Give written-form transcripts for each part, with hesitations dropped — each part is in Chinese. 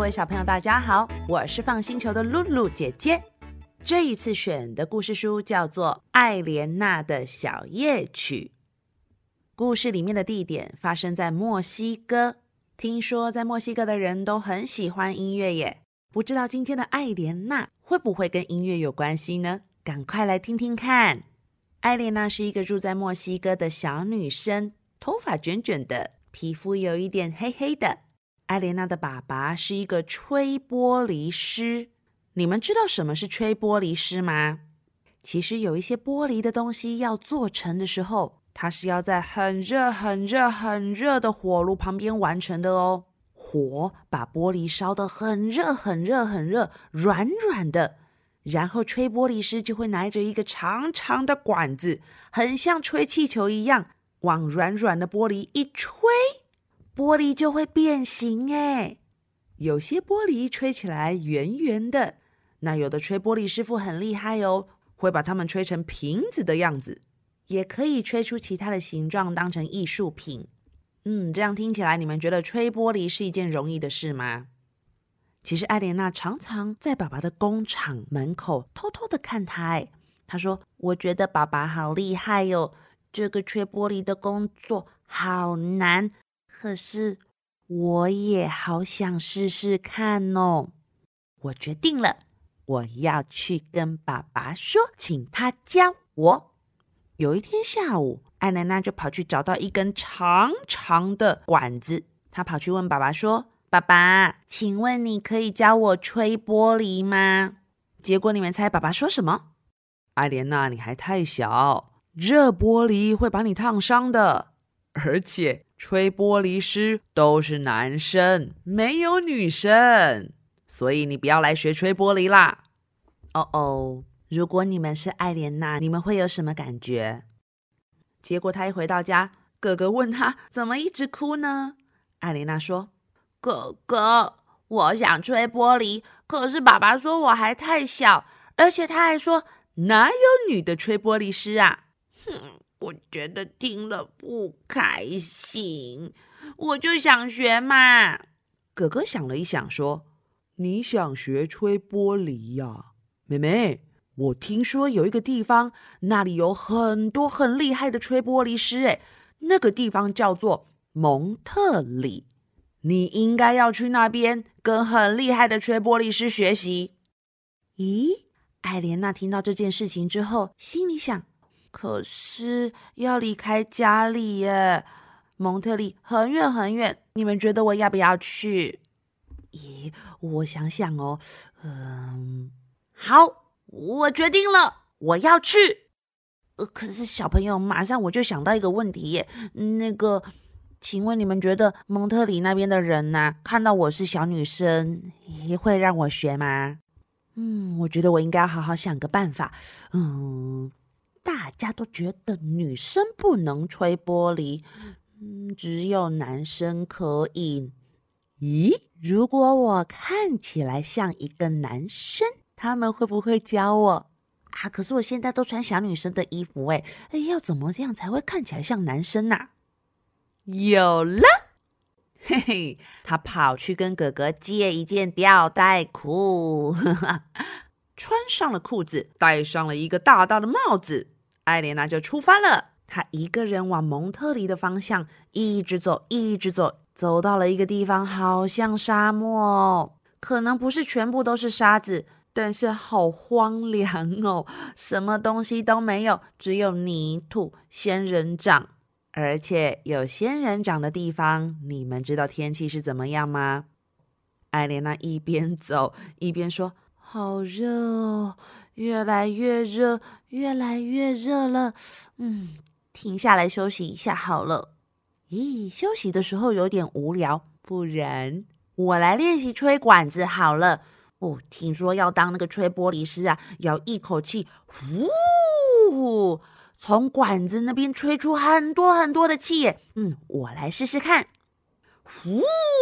位小朋友大家好，我是放星球的露露姐姐。这一次选的故事书叫做《艾莲娜的小夜曲》。故事里面的地点发生在墨西哥，听说在墨西哥的人都很喜欢音乐耶。不知道今天的艾莲娜会不会跟音乐有关系呢？赶快来听听看。艾莲娜是一个住在墨西哥的小女生，头发卷卷的，皮肤有一点黑黑的。艾莲娜的爸爸是一个吹玻璃师。你们知道什么是吹玻璃师吗？其实有一些玻璃的东西要做成的时候，它是要在很热很热很热的火炉旁边完成的哦。火把玻璃烧得很热很热很热，软软的，然后吹玻璃师就会拿着一个长长的管子，很像吹气球一样，往软软的玻璃一吹，玻璃就会变形耶。有些玻璃吹起来圆圆的，那有的吹玻璃师傅很厉害哦，会把它们吹成瓶子的样子，也可以吹出其他的形状当成艺术品。这样听起来你们觉得吹玻璃是一件容易的事吗？其实艾莲娜常常在爸爸的工厂门口偷偷的看他。她说，我觉得爸爸好厉害哦，这个吹玻璃的工作好难，可是我也好想试试看哦。我决定了，我要去跟爸爸说，请他教我。有一天下午，艾莲娜就跑去找到一根长长的管子，她跑去问爸爸说，爸爸，请问你可以教我吹玻璃吗？结果你们猜爸爸说什么？艾莲娜，你还太小，热玻璃会把你烫伤的，而且吹玻璃师都是男生，没有女生，所以你不要来学吹玻璃啦。如果你们是艾莲娜，你们会有什么感觉？结果他一回到家，哥哥问他怎么一直哭呢？艾莲娜说，哥哥，我想吹玻璃，可是爸爸说我还太小，而且他还说哪有女的吹玻璃师啊？我觉得听了不开心，我就想学嘛。哥哥想了一想说，你想学吹玻璃呀？妹妹，我听说有一个地方，那里有很多很厉害的吹玻璃师，那个地方叫做蒙特里，你应该要去那边跟很厉害的吹玻璃师学习。咦，艾莲娜听到这件事情之后，心里想，可是要离开家里耶，蒙特里很远很远，你们觉得我要不要去？咦，我想想哦，好，我决定了，我要去。可是小朋友，马上我就想到一个问题耶，请问你们觉得蒙特里那边的人看到我是小女生，也会让我学吗？我觉得我应该要好好想个办法。大家都觉得女生不能吹玻璃，只有男生可以。咦，如果我看起来像一个男生，他们会不会教我？可是我现在都穿小女生的衣服要怎么这样才会看起来像男生啊？有了，嘿嘿，他跑去跟哥哥借一件吊带裤，穿上了裤子，戴上了一个大大的帽子，艾莲娜就出发了。她一个人往蒙特里的方向一直走，一直走，走到了一个地方，好像沙漠哦，可能不是全部都是沙子，但是好荒凉哦，什么东西都没有，只有泥土、仙人掌。而且有仙人掌的地方，你们知道天气是怎么样吗？艾莲娜一边走一边说，好热哦，越来越热，越来越热了，停下来休息一下好了。咦，休息的时候有点无聊，不然我来练习吹管子好了。听说要当那个吹玻璃师要一口气呼，从管子那边吹出很多很多的气耶。我来试试看。呼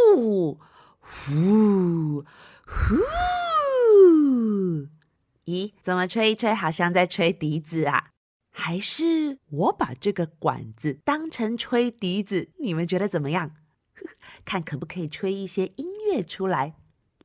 呼呼！咦，怎么吹一吹好像在吹笛子啊？还是我把这个管子当成吹笛子，你们觉得怎么样？看可不可以吹一些音乐出来。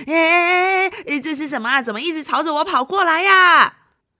这是什么啊？怎么一直朝着我跑过来呀？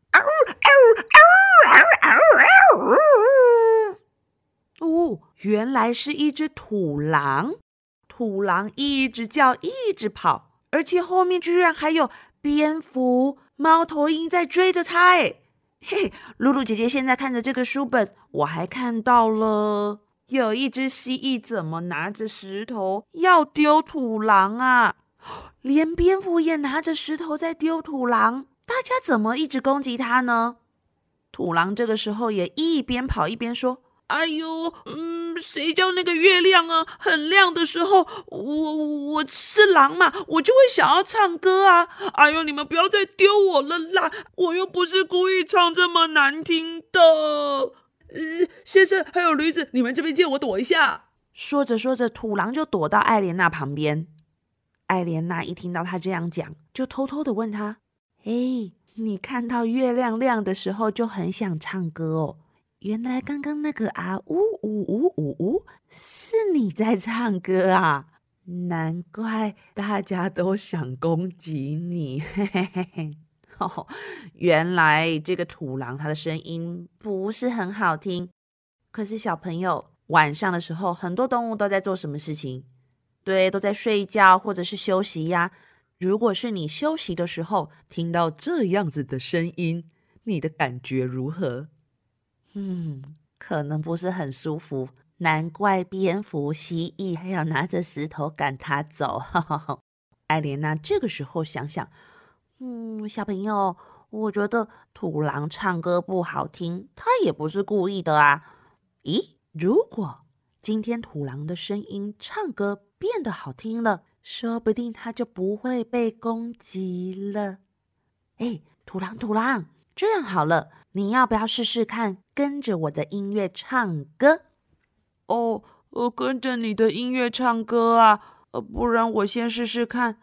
哦，原来是一只土狼。土狼一直叫，一直跑，而且后面居然还有蝙蝠、猫头鹰在追着它。嘿，露露姐姐现在看着这个书本，我还看到了有一只蜥蜴怎么拿着石头要丢土狼啊？连蝙蝠也拿着石头在丢土狼，大家怎么一直攻击它呢？土狼这个时候也一边跑一边说：哎呦，谁叫那个月亮啊很亮的时候，我是狼嘛，我就会想要唱歌啊！哎呦，你们不要再丢我了啦，我又不是故意唱这么难听的。先生还有驴子，你们这边借我躲一下。说着说着，土狼就躲到艾莲娜旁边。艾莲娜一听到他这样讲，就偷偷的问他：你看到月亮亮的时候就很想唱歌哦？原来刚刚那个啊呜呜呜呜呜是你在唱歌啊，难怪大家都想攻击你。嘿嘿嘿嘿。原来这个土狼它的声音不是很好听。可是小朋友，晚上的时候很多动物都在做什么事情？对，都在睡觉或者是休息呀。如果是你休息的时候听到这样子的声音，你的感觉如何？可能不是很舒服，难怪蝙蝠、蜥蜴还要拿着石头赶它走。艾莲娜这个时候想想，小朋友，我觉得土狼唱歌不好听，他也不是故意的啊。咦，如果今天土狼的声音唱歌变得好听了，说不定他就不会被攻击了。土狼，这样好了，你要不要试试看跟着我的音乐唱歌？跟着你的音乐唱歌啊？不然我先试试看。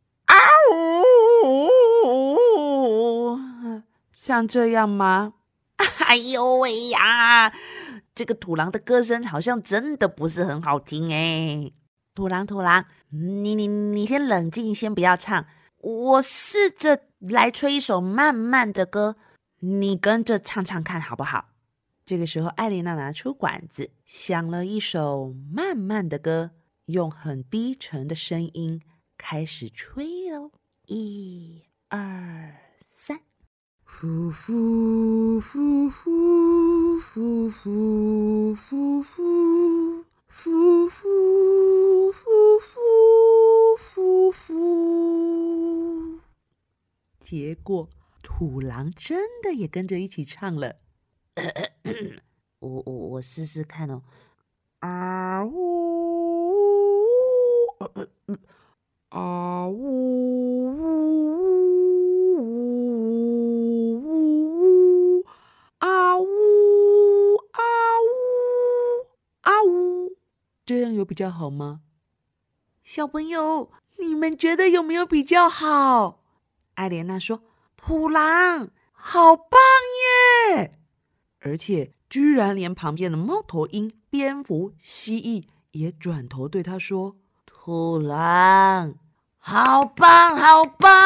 像这样吗？哎呦喂呀，这个土狼的歌声好像真的不是很好听哎。土狼，你先冷静，先不要唱。我试着来吹一首慢慢的歌，你跟着唱唱看好不好？这个时候，艾莲娜拿出管子，想了一首慢慢的歌，用很低沉的声音开始吹咯。1、2、3，呼呼呼呼呼呼呼呼呼呼呼呼呼。结果土狼真的也跟着一起唱了。我试试看哦。啊呜啊呜啊呜啊呜啊呜，这样有比较好吗？小朋友，你们觉得有没有比较好？艾莲娜说：土狼好棒耶！而且居然连旁边的猫头鹰、蝙蝠、蜥蜴也转头对他说：土狼好棒好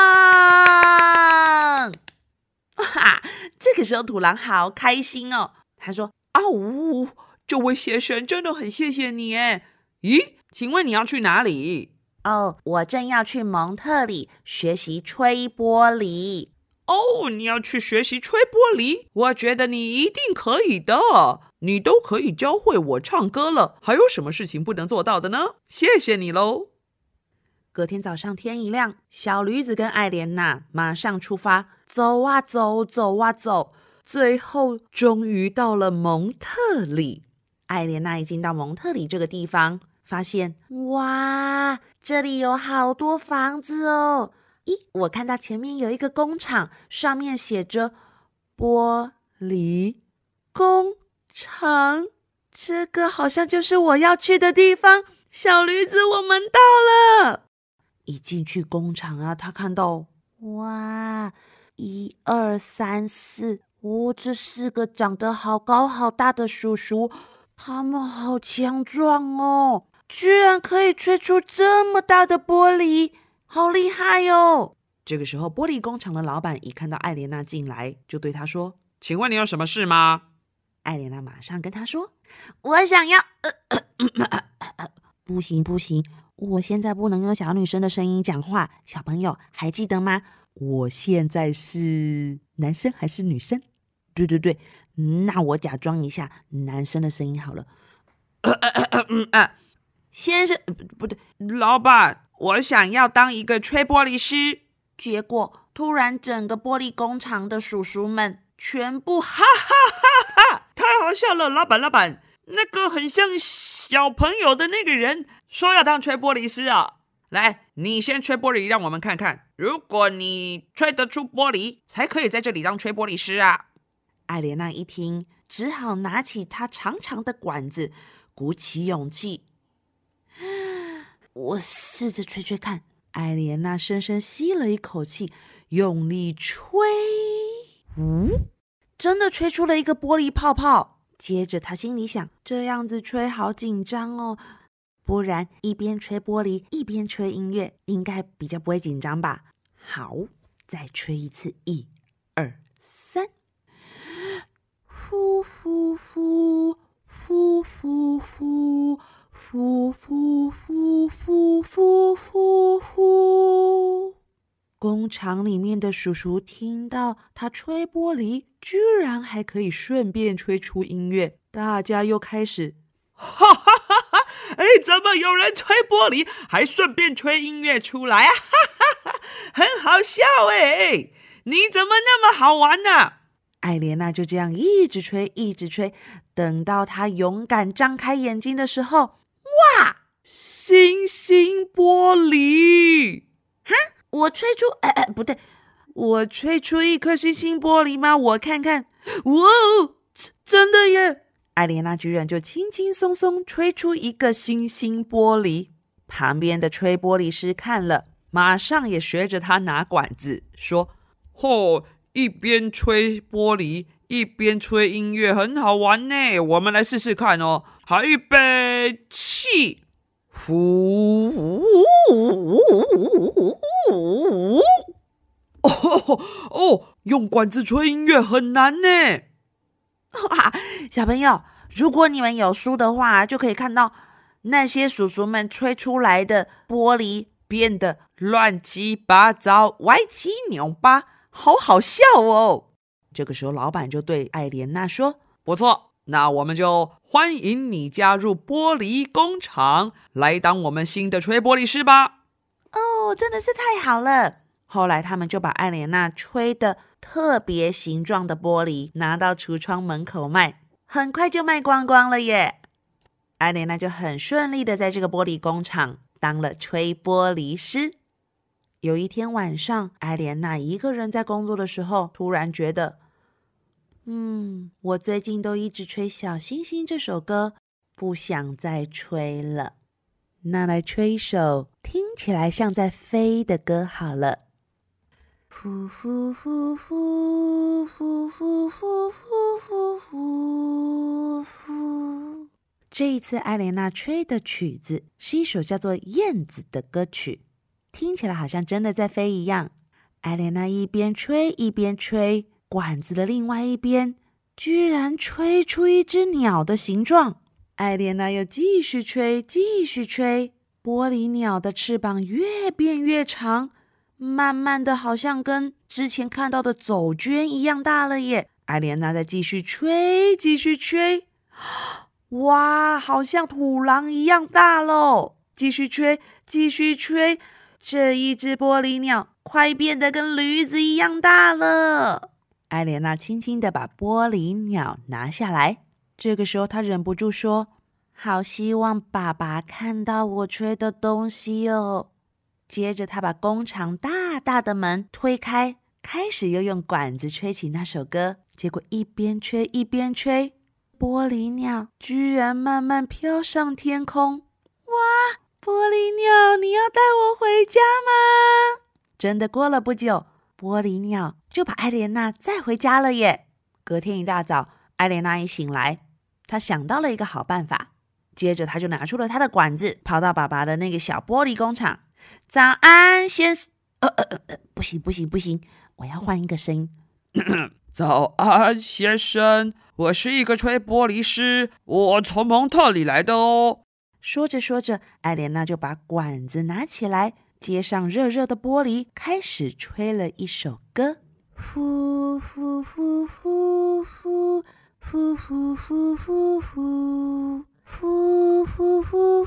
棒！哇，这个时候土狼好开心哦，他说：呜，这位先生真的很谢谢你耶。咦，请问你要去哪里？我正要去蒙特里学习吹玻璃。你要去学习吹玻璃？我觉得你一定可以的，你都可以教会我唱歌了，还有什么事情不能做到的呢？谢谢你咯。隔天早上天一亮，小驴子跟艾莲娜马上出发，走啊走，走啊走，最后终于到了蒙特里。艾莲娜一进到蒙特里这个地方，发现哇，这里有好多房子哦。我看到前面有一个工厂，上面写着玻璃工厂，这个好像就是我要去的地方。小驴子，我们到了。一进去工厂啊，他看到哇，1、2、3、4，这4个长得好高好大的叔叔，他们好强壮哦，居然可以吹出这么大的玻璃。 好厉害哟！这个时候，玻璃工厂的老板一看到艾莲娜进来，就对她说：“请问你有什么事吗？”艾莲娜马上跟他说：“ 我想要…… 不行不行，我现在不能用小女生的声音讲话，小朋友还记得吗？我现在是男生还是女生？对，那我假装一下男生的声音好了。先生，不对，老板，我想要当一个吹玻璃师。” 结果突然整个玻璃工厂的叔叔们全部哈哈，太好笑了！老板，那个很像小朋友的那个人说要当吹玻璃师啊。来，你先吹玻璃让我们看看，如果你吹得出玻璃，才可以在这里当吹玻璃师啊。艾莲娜一听，只好拿起她长长的管子，鼓起勇气。我试着吹吹看。艾莲娜深深吸了一口气，用力吹，真的吹出了一个玻璃泡泡。接着她心里想，这样子吹好紧张哦，不然一边吹玻璃一边吹音乐，应该比较不会紧张吧。好，再吹一次，1、2、3，呼呼呼呼呼呼呼呼呼呼呼呼呼。工厂里面的叔叔听到他吹玻璃，居然还可以顺便吹出音乐，大家又开始哈哈哈哈！怎么有人吹玻璃还顺便吹音乐出来啊？哈哈哈，很好笑你怎么那么好玩呢？艾莲娜就这样一直吹，等到她勇敢张开眼睛的时候，哇！星星玻璃！ 哈，我吹出……不对， 我吹出一颗星星玻璃吗？我看看，哇，真的耶！艾莲娜居然就轻轻松松吹出一个星星玻璃。旁边的吹玻璃师看了，马上也学着他拿管子说：“一边吹玻璃一边吹音乐，很好玩呢，我们来试试看哦。好，预备起！呼！用管子吹音乐很难呢。哇，小朋友，如果你们有书的话，就可以看到那些叔叔们吹出来的玻璃变得乱七八糟、歪七扭八，好好笑哦。这个时候，老板就对艾莲娜说：“不错，那我们就欢迎你加入玻璃工厂，来当我们新的吹玻璃师吧。”哦，真的是太好了。后来他们就把艾莲娜吹的特别形状的玻璃拿到橱窗门口卖，很快就卖光光了耶。艾莲娜就很顺利的在这个玻璃工厂当了吹玻璃师。有一天晚上，艾莲娜一个人在工作的时候，突然觉得我最近都一直吹小星星这首歌，不想再吹了。那来吹一首听起来像在飞的歌好了。呼呼呼呼呼呼呼呼呼呼。这一次艾莲娜吹的曲子是一首叫做《燕子》的歌曲，听起来好像真的在飞一样。艾莲娜一边吹一边吹，管子的另外一边居然吹出一只鸟的形状。艾莲娜又继续吹，玻璃鸟的翅膀越变越长，慢慢的好像跟之前看到的走鹃一样大了耶。艾莲娜再继续吹，哇，好像土狼一样大咯。继续吹，这一只玻璃鸟快变得跟驴子一样大了。艾莲娜轻轻地把玻璃鸟拿下来，这个时候她忍不住说：“好希望爸爸看到我吹的东西哦。”接着她把工厂大大的门推开，开始又用管子吹起那首歌。结果一边吹，玻璃鸟居然慢慢飘上天空。哇，玻璃鸟，你要带我回家吗？真的过了不久，玻璃鸟就把艾莲娜载回家了耶。隔天一大早，艾莲娜一醒来，她想到了一个好办法。接着她就拿出了她的管子，跑到爸爸的那个小玻璃工厂。 早安，先生。不行，我要换一个声音。 早安，先生，我是一个吹玻璃师，我从蒙特里来的哦。 说着，艾莲娜就把管子拿起来，接上热热的玻璃，开始吹了一首歌。呼呼呼呼呼呼呼呼呼呼呼呼呼呼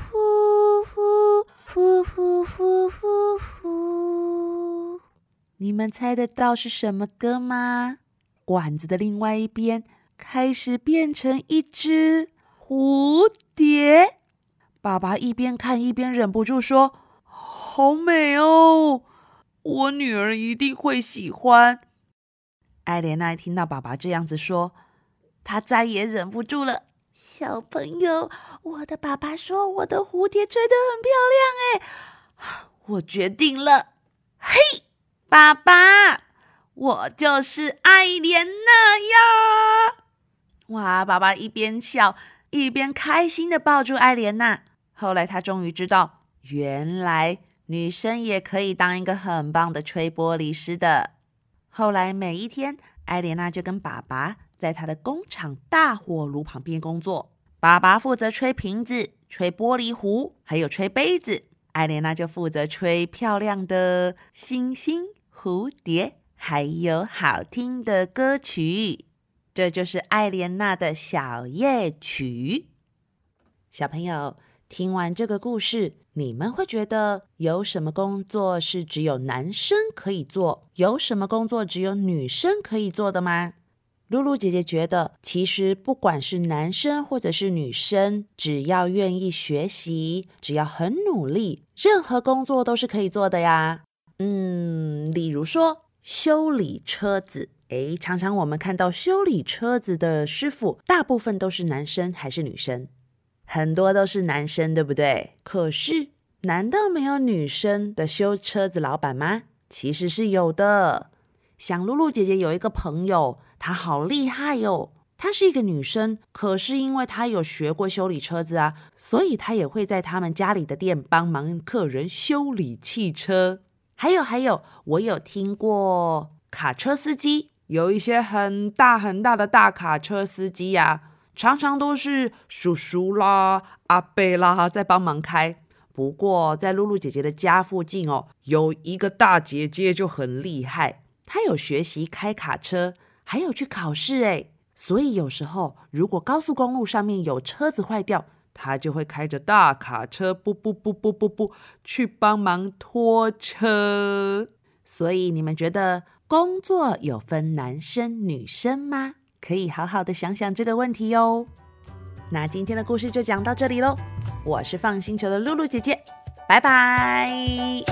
呼呼呼呼。你们猜得到是什么歌吗？管子的另外一边开始变成一只蝴蝶。爸爸一边看一边忍不住说：“好美哦，我女儿一定会喜欢。”艾莲娜听到爸爸这样子说，她再也忍不住了。小朋友，我的爸爸说我的蝴蝶吹得很漂亮哎，我决定了。嘿，爸爸，我就是艾莲娜呀！哇，爸爸一边笑一边开心地抱住艾莲娜。后来他终于知道，原来女生也可以当一个很棒的吹玻璃师的。后来每一天，艾莲娜就跟爸爸在他的工厂大火炉旁边工作。爸爸负责吹瓶子、吹玻璃壶，还有吹杯子。艾莲娜就负责吹漂亮的星星、蝴蝶，还有好听的歌曲。这就是艾莲娜的小夜曲。小朋友，听完这个故事，你们会觉得有什么工作是只有男生可以做，有什么工作只有女生可以做的吗？露露姐姐觉得，其实不管是男生或者是女生，只要愿意学习，只要很努力，任何工作都是可以做的呀。例如说修理车子，常常我们看到修理车子的师傅，大部分都是男生还是女生？很多都是男生，对不对？可是，难道没有女生的修车子老板吗？其实是有的。像露露姐姐有一个朋友，她好厉害哦。她是一个女生，可是因为她有学过修理车子啊，所以她也会在他们家里的店帮忙客人修理汽车。还有，我有听过卡车司机，有一些很大的大卡车司机呀，常常都是叔叔啦、阿伯啦在帮忙开。不过在露露姐姐的家附近有一个大姐姐就很厉害，她有学习开卡车，还有去考试所以有时候如果高速公路上面有车子坏掉，她就会开着大卡车去帮忙拖车。所以你们觉得工作有分男生女生吗？可以好好的想想这个问题哟。那今天的故事就讲到这里咯，我是放星球的露露姐姐，拜拜。